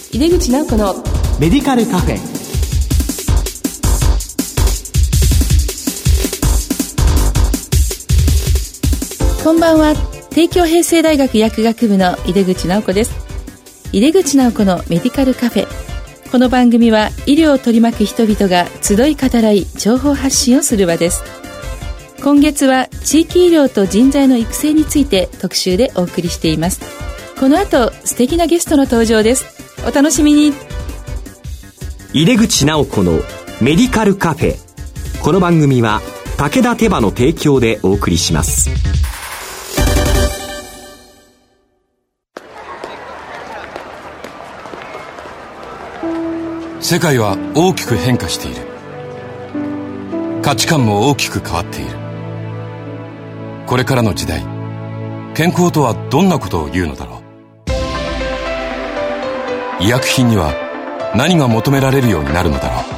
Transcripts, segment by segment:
井出口直子のメディカルカフェ。 こんばんは。帝京平成大学薬学部の井出口直子です。井出口直子のメディカルカフェ。この番組は医療を取り巻く人々が集い語らい情報発信をする場です。今月は地域医療と人材の育成について特集でお送りしています。この後素敵なゲストの登場です。お楽しみに。 井出口直子のメディカルカフェ。この番組は武田手羽の提供でお送りします。 世界は大きく変化している。価値観も大きく変わっている。これからの時代、健康とはどんなことを言うのだろう。医薬品には何が求められるようになるのだろう。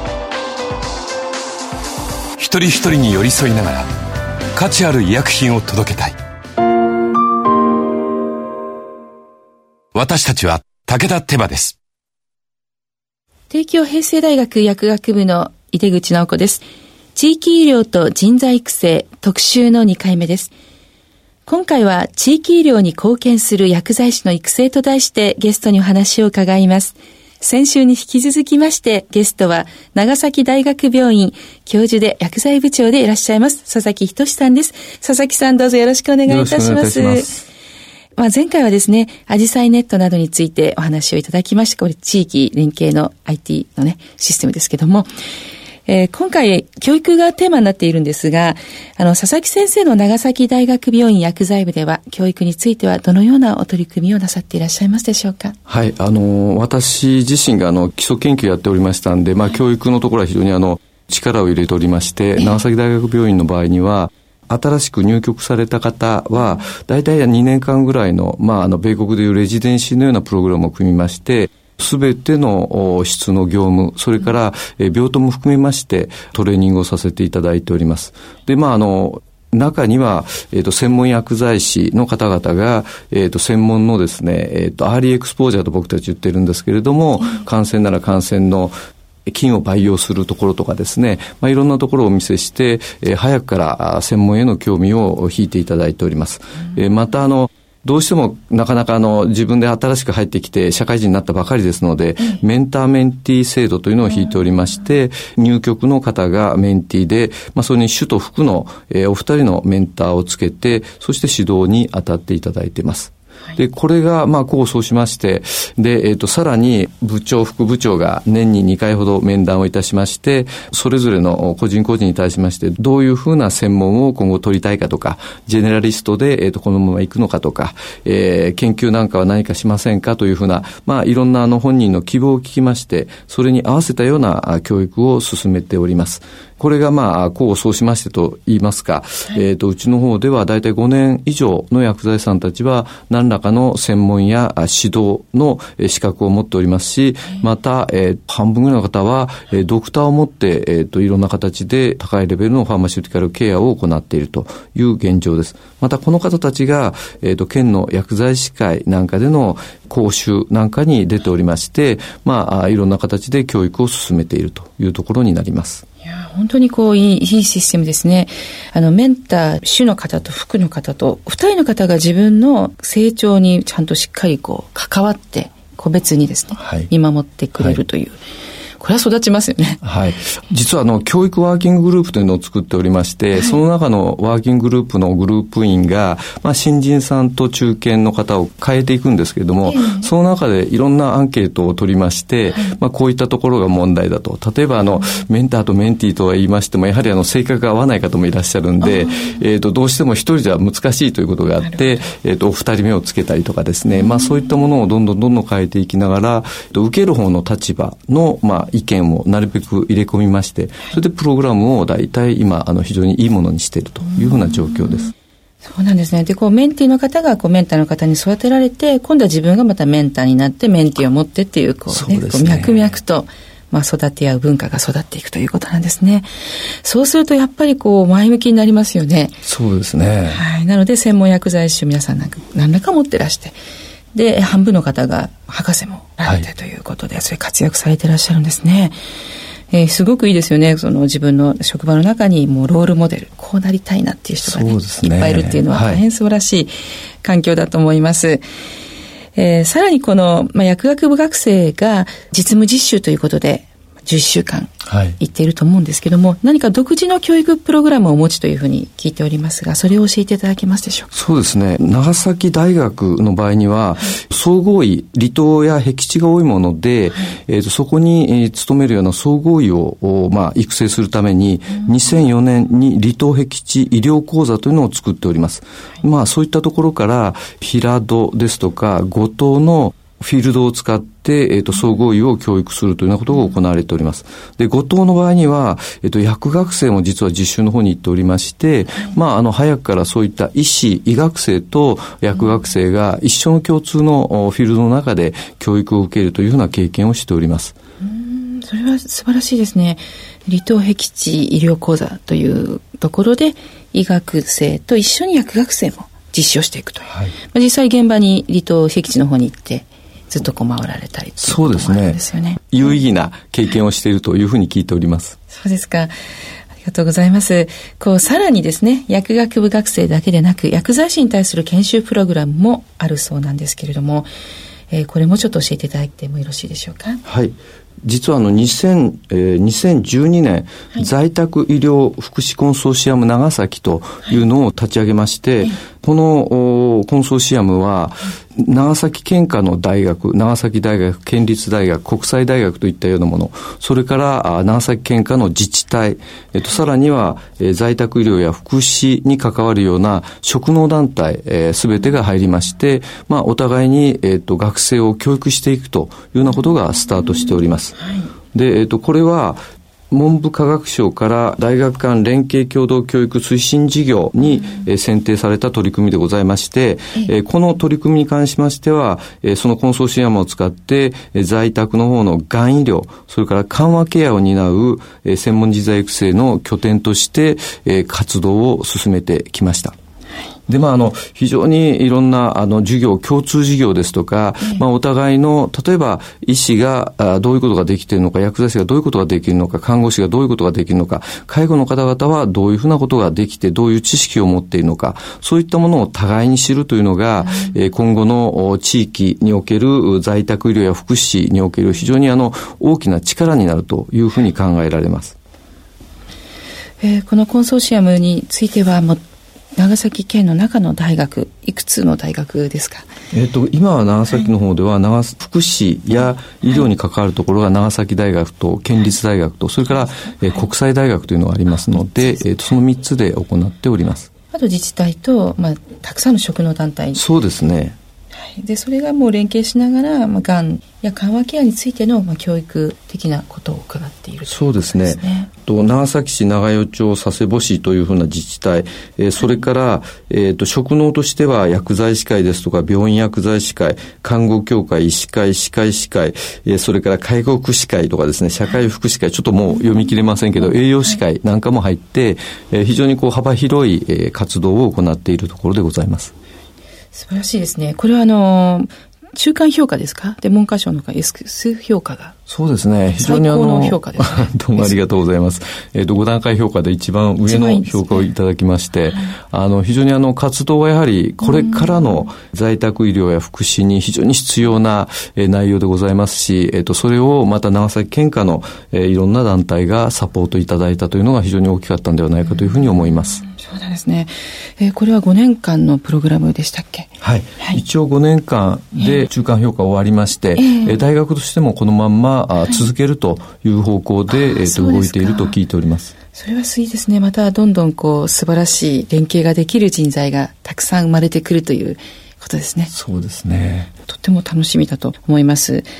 一人一人に寄り添いながら価値ある医薬品を届けたい。私たちは武田手羽です。 帝京平成大学薬学部の井出口直子です。地域医療と人材育成特集の2回目です。今回は地域医療に貢献する薬剤師の育成と題してゲストにお話を伺います。先週に引き続きましてゲストは長崎大学病院教授で薬剤部長でいらっしゃいます佐々木仁さんです。佐々木さん、どうぞよろしくお願いいたします。前回はですね、アジサイネットなどについてお話をいただきました。これ地域連携の IT のね、システムですけども、今回教育がテーマになっているんですが、佐々木先生の長崎大学病院薬剤部では教育についてはどのようなお取り組みをなさっていらっしゃいますでしょうか。 はい、私自身が基礎研究やっておりましたんで、教育のところは非常に力を入れておりまして、長崎大学病院の場合には新しく入局された方はだいたい2年間ぐらいの、米国でいうレジデンシーのようなプログラムを組みまして、すべての質の業務、それから病棟も含めましてトレーニングをさせていただいております。で、中には、専門薬剤師の方々が、専門のですね、アーリーエクスポージャーと僕たち言ってるんですけれども、感染なら感染の菌を培養するところとかですね、いろんなところをお見せして、早くから専門への興味を引いていただいております。またどうしてもなかなか自分で新しく入ってきて社会人になったばかりですので、メンターメンティー制度というのを引いておりまして、入局の方がメンティーで、それに主と副の、お二人のメンターをつけて、そして指導に当たっていただいています。で、これが、こうそうしまして、で、さらに部長、副部長が年に2回ほど面談をいたしまして、それぞれの個人個人に対しまして、どういうふうな専門を今後取りたいかとか、ジェネラリストで、このまま行くのかとか、研究なんかは何かしませんかというふうな、いろんな本人の希望を聞きまして、それに合わせたような教育を進めております。これがこうそうしましてと言いますか、うちの方ではだいたい5年以上の薬剤師さんたちは何らかの専門や指導の資格を持っておりますし、また、半分ぐらいの方はドクターを持って、いろんな形で高いレベルのファーマシューティカルケアを行っているという現状です。またこの方たちが、県の薬剤師会なんかでの講習なんかに出ておりまして、いろんな形で教育を進めているというところになります。 いや、本当にいいシステムですね。メンター、主の方と副の方と、二人の方が自分の成長にちゃんとしっかり関わって、個別にですね、見守ってくれるという。これは育ちますよね。 はい。実は教育ワーキンググループというのを作っておりまして、その中のワーキンググループのグループ員が、新人さんと中堅の方を変えていくんですけれども、その中でいろんなアンケートを取りまして、こういったところが問題だと。例えばメンターとメンティーとは言いましても、やはり性格が合わない方もいらっしゃるんで、どうしても一人じゃ難しいということがあって、お二人目をつけたりとかですね、そういったものをどんどん変えていきながら、受ける方の立場の、意見をなるべく入れ込みまして、それでプログラムを大体今非常にいいものにしているというふうな状況です。 そうなんですね。で、メンティーの方がメンターの方に育てられて、今度は自分がまたメンターになってメンティーを持ってっていう脈々と育て合う文化が育っていくということなんですね。そうするとやっぱり前向きになりますよね。 そうですね。 はい。なので専門薬剤師を皆さん何らか持ってらして、 で、半分の方が博士もなれてということで、それ活躍されていらっしゃるんですね。すごくいいですよね。その自分の職場の中にもうロールモデル、こうなりたいなっていう人がね、いっぱいいるっていうのは大変素晴らしい環境だと思います。さらにこの、薬学部学生が実務実習ということで11週間行っていると思うんですけども、何か独自の教育プログラムをお持ちというふうに聞いておりますが、それを教えていただけますでしょうか。 そうですね。長崎大学の場合には、総合医、離島や僻地が多いもので、そこに勤めるような総合医を、育成するために、2004年に離島僻地医療講座というのを作っております。そういったところから、平戸ですとか、五島のフィールドを使って、総合医を教育するというようなことが行われております。で、五島の場合には、薬学生も実は実習の方に行っておりまして、早くからそういった医師、医学生と薬学生が一緒の共通のフィールドの中で教育を受けるというような経験をしております。 それは素晴らしいですね。離島僻地医療講座というところで、医学生と一緒に薬学生も実施をしていくという。実際現場に離島僻地の方に行って、ずっと回られたりということもあるんですよね。 有意義な経験をしているというふうに聞いております。 そうですか。ありがとうございます。さらにですね、薬学部学生だけでなく、薬剤師に対する研修プログラムもあるそうなんですけれども、これもちょっと教えていただいてもよろしいでしょうか。 はい。実は2012年、在宅医療福祉コンソーシアム長崎というのを立ち上げまして、このコンソーシアムは長崎県下の大学、長崎大学、県立大学、国際大学といったようなもの、それから長崎県下の自治体、さらには在宅医療や福祉に関わるような職能団体、すべてが入りまして、お互いに学生を教育していくというようなことがスタートしております。で、これは文部科学省から大学間連携共同教育推進事業に選定された取り組みでございまして、この取り組みに関しましては、そのコンソーシアムを使って在宅の方のがん医療、それから緩和ケアを担う専門人材育成の拠点として活動を進めてきました。で、非常にいろんな、授業、共通授業ですとか、お互いの、例えば、医師がどういうことができているのか、薬剤師がどういうことができるのか、看護師がどういうことができるのか、介護の方々はどういうふうなことができて、どういう知識を持っているのか、そういったものを互いに知るというのが、今後の地域における在宅医療や福祉における非常に大きな力になるというふうに考えられます。 このコンソーシアムについては、長崎県の中の大学、いくつの大学ですか。 今は長崎の方では福祉や医療に関わるところが長崎大学と県立大学と、それから、国際大学というのがありますので、その3つで行っております。 あと自治体と、たくさんの職能団体。 そうですね。 で、それがもう連携しながら、がんや緩和ケアについての、教育的なことを伺っているということですね。そうですね。 長崎市長与町佐世保市というふうな自治体、それから、職能としては薬剤師会ですとか病院薬剤師会、看護協会、医師会、歯科医師会、それから介護福祉会とかですね、社会福祉会、ちょっともう読み切れませんけど、栄養士会なんかも入って、非常に幅広い、活動を行っているところでございます。 素晴らしいですね。これは中間評価ですか？で、文科省のS評価が。 そうですね。非常に最高の評価ですね。 どうもありがとうございます。5段階評価で一番上の評価をいただきまして、非常に活動はやはりこれからの在宅医療や福祉に非常に必要な内容でございますし、それをまた長崎県下のいろんな団体がサポートいただいたというのが非常に大きかったんではないかというふうに思います。 そうなんですね。これは5年間のプログラムでしたっけ？ はい。一応5年間で中間評価終わりまして、大学としてもこのまんま続けるという方向で、動いていると聞いております。 それはいいですね。またどんどん素晴らしい連携ができる人材がたくさん生まれてくるということですね。 そうですね。 とっても楽しみだと思います。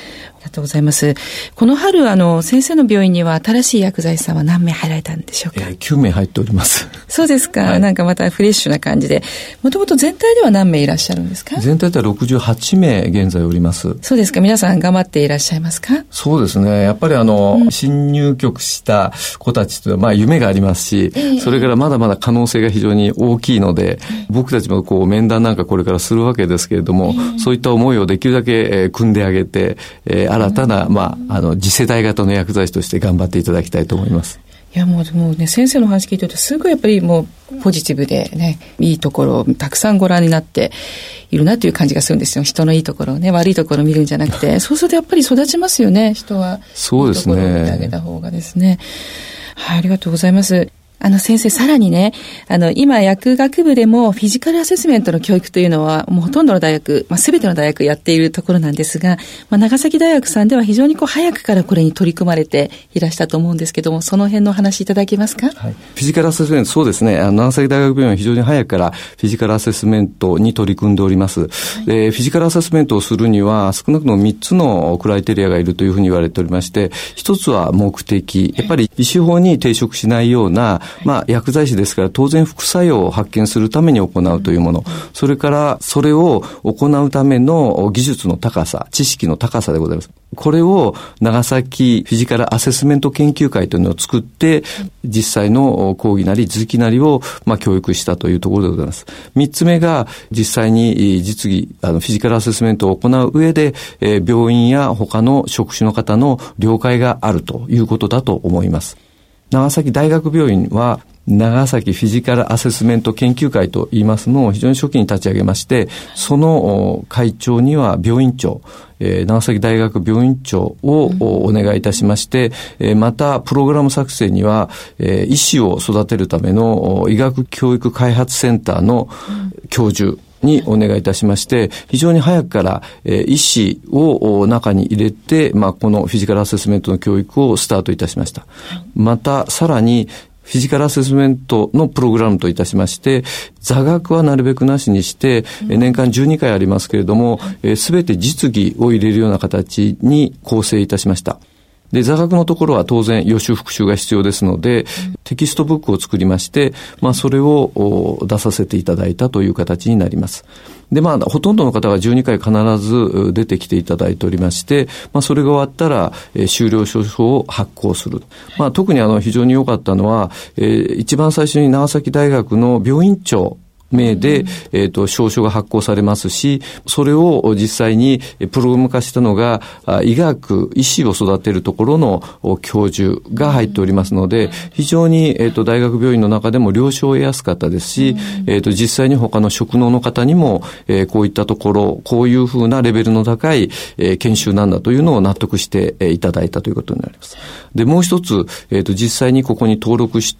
りがとうございます。この春先生の病院には新しい薬剤師さんは何名入られたんでしょうか。 9名入っております。 そうですか、はい、なんかまたフレッシュな感じで。もともと全体では何名いらっしゃるんですか。 全体では68名現在おります。 そうですか。皆さん頑張っていらっしゃいますか。 そうですね、やっぱり新入局した子たちというのは夢がありますし、それからまだまだ可能性が非常に大きいので、僕たちも面談なんかこれからするわけですけれども、そういった思いをできるだけ組んであげて、新たな、次世代型の薬剤師として頑張っていただきたいと思います。 いやもうね、先生の話聞いてるとすごいやっぱりもうポジティブでね、いいところをたくさんご覧になっているなという感じがするんですよ。人のいいところをね、悪いところを見るんじゃなくて、そうするとやっぱり育ちますよね、人は。 そうですね。 いいところを見てあげた方がですね。はい、ありがとうございます。先生、さらにね、今、薬学部でもフィジカルアセスメントの教育というのは、もうほとんどの大学、すべての大学やっているところなんですが、長崎大学さんでは非常に早くからこれに取り組まれていらしたと思うんですけども、その辺のお話いただけますか。 はい。フィジカルアセスメント、そうですね。長崎大学病院は非常に早くからフィジカルアセスメントに取り組んでおります。はい、で、フィジカルアセスメントをするには、少なくとも3つのクライテリアがいるというふうに言われておりまして、1つは目的。やっぱり医師法に抵触しないような、薬剤師ですから当然副作用を発見するために行うというもの、それからそれを行うための技術の高さ、知識の高さでございます。これを長崎フィジカルアセスメント研究会というのを作って、実際の講義なり実技なりを教育したというところでございます。3つ目が実際に実技フィジカルアセスメントを行う上で、病院や他の職種の方の了解があるということだと思います。長崎大学病院は長崎フィジカルアセスメント研究会といいますのを非常に初期に立ち上げまして、その会長には病院長、長崎大学病院長をお願いいたしまして、またプログラム作成には医師を育てるための医学教育開発センターの教授にお願いいたしまして、非常に早くから医師を中に入れて、このフィジカルアセスメントの教育をスタートいたしました。またさらにフィジカルアセスメントのプログラムといたしまして、座学はなるべくなしにして、年間12回ありますけれども、すべて実技を入れるような形に構成いたしました。で、座学のところは当然予習復習が必要ですので、テキストブックを作りまして、それを出させていただいたという形になります。で、ほとんどの方が12回必ず出てきていただいておりまして、それが終わったら、修了証書を発行する。特に非常に良かったのは、一番最初に長崎大学の病院長名で、証書が発行されますし、それを実際にプログラム化したのが、医師を育てるところの教授が入っておりますので、非常に、大学病院の中でも了承を得やすかったですし、実際に他の職能の方にも、こういったところ、こういうふうなレベルの高い、研修なんだというのを納得していただいたということになります。で、もう一つ、実際にここに登録して、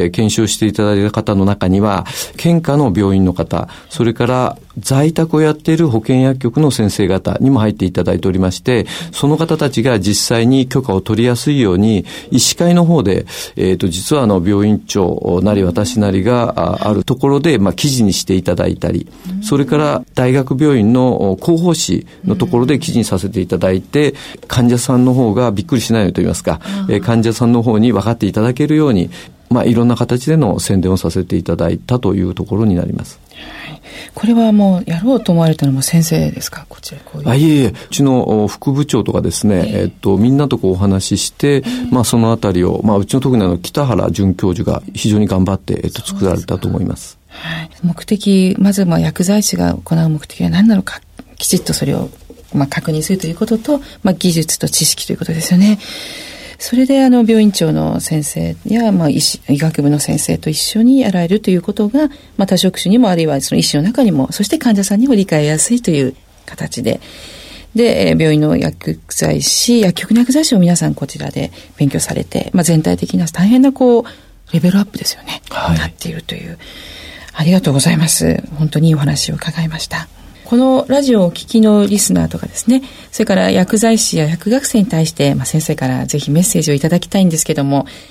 研修していただいた方の中には、県下の病院の方、それから在宅をやっている保健薬局の先生方にも入っていただいておりまして、その方たちが実際に許可を取りやすいように、医師会の方で、実は病院長なり私なりがあるところで、記事にしていただいたり、それから大学病院の広報誌のところで記事にさせていただいて、患者さんの方がびっくりしないようにと言いますか、患者さんの方に分かっていただけるように、いろんな形での宣伝をさせていただいたというところになります。 はい、これはもうやろうと思われたのも先生ですか？こちらこういう。 いえいえ、うちの副部長とかですね、みんなとお話しして、そのあたりを、うちの特に北原准教授が非常に頑張って、作られたと思います。 はい、目的、まず薬剤師が行う目的は何なのか、きちっとそれを確認するということと、技術と知識ということですよね。それで病院長の先生や、医学部の先生と一緒にやられるということが、他職種にもあるいはその医師の中にも、そして患者さんにも理解しやすいという形で、病院の薬剤師、薬局の薬剤師を皆さんこちらで勉強されて、全体的な大変なレベルアップですよね、なっているという。ありがとうございます。本当にいいお話を伺いました。このラジオをお聞きのリスナーとかですね、それから薬剤師や薬学生に対して、先生からぜひメッセージをいただきたいんですけども、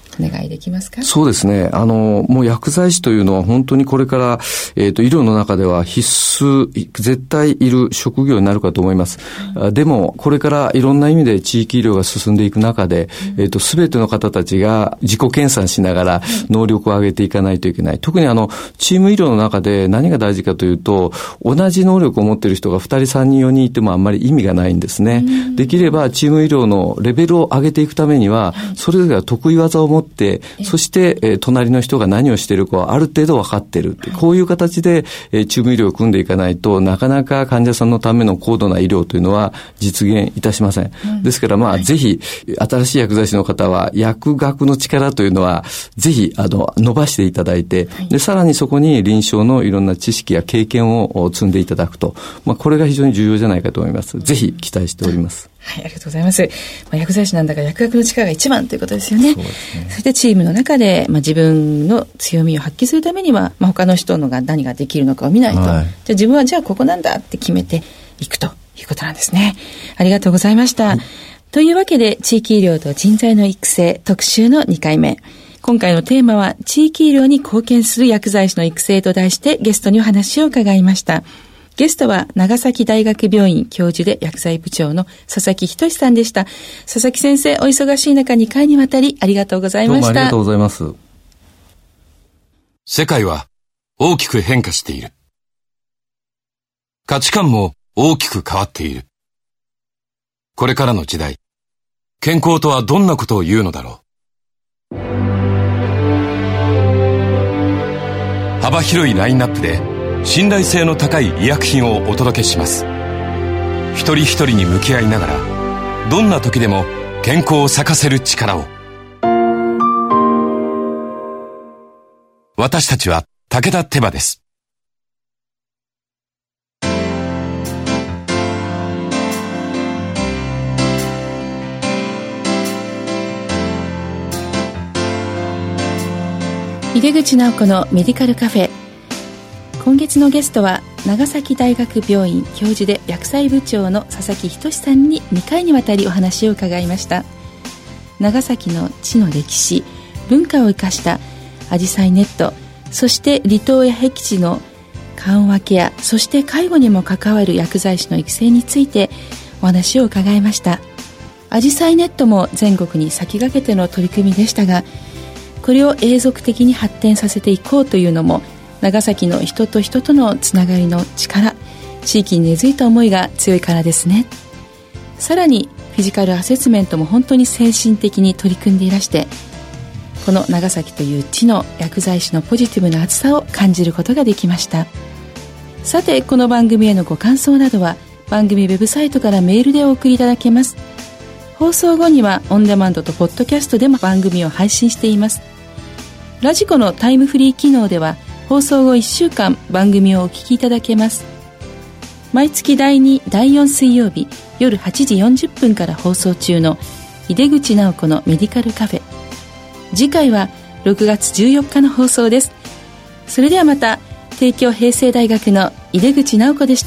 お願いできますか？ そうですね。もう薬剤師というのは本当にこれから、医療の中では必須、絶対いる職業になるかと思います。でも、これからいろんな意味で地域医療が進んでいく中で、すべての方たちが自己研鑽しながら能力を上げていかないといけない。特にチーム医療の中で何が大事かというと、同じ能力を持っている人が2人、3人、4人いてもあんまり意味がないんですね。できればチーム医療のレベルを上げていくためには、それぞれが得意技を持って、そして、隣の人が何をしているかはある程度分かっている。こういう形で、チーム医療を組んでいかないとなかなか患者さんのための高度な医療というのは実現いたしません。ですからぜひ新しい薬剤師の方は薬学の力というのはぜひ伸ばしていただいて、でさらにそこに臨床のいろんな知識や経験を積んでいただくと、これが非常に重要じゃないかと思います。ぜひ期待しております。 はい、ありがとうございます。薬剤師なんだから薬学の力が一番ということですよね。そうですね。そしてチームの中で、自分の強みを発揮するためには、他の人のが何ができるのかを見ないと、じゃあ自分はここなんだって決めていくということなんですね。ありがとうございました。というわけで、地域医療と人材の育成特集の2回目。今回のテーマは、地域医療に貢献する薬剤師の育成と題してゲストにお話を伺いました。ゲストは長崎大学病院教授で薬剤部長の佐々木仁さんでした。佐々木先生、お忙しい中2回にわたりありがとうございました。 どうもありがとうございます。 世界は大きく変化している。価値観も大きく変わっている。これからの時代、健康とはどんなことを言うのだろう。幅広いラインナップで信頼性の高い医薬品をお届けします。一人一人に向き合いながら、どんな時でも健康を咲かせる力を。私たちは武田手羽です。 井出口直子のメディカルカフェ。今月のゲストは長崎大学病院教授で薬剤部長の佐々木仁さんに2回にわたりお話を伺いました。長崎の地の歴史、文化を生かしたアジサイネット、そして離島や僻地の緩和ケア、そして介護にも関わる薬剤師の育成についてお話を伺いました。アジサイネットも全国に先駆けての取り組みでしたが、これを永続的に発展させていこうというのも長崎の人と人とのつながりの力、地域に根付いた思いが強いからですね。さらにフィジカルアセスメントも本当に精神的に取り組んでいらして、この長崎という地の薬剤師のポジティブな厚さを感じることができました。さて、この番組へのご感想などは番組ウェブサイトからメールでお送りいただけます。放送後にはオンデマンドとポッドキャストでも番組を配信しています。ラジコのタイムフリー機能では放送後1週間番組をお聞きいただけます。毎月第2、第4水曜日夜8時40分から放送中の井出口直子のメディカルカフェ。次回は6月14日の放送です。それではまた。帝京平成大学の井出口直子でした。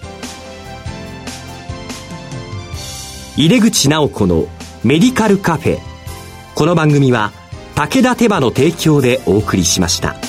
井出口直子のメディカルカフェ。この番組は武田手羽の提供でお送りしました。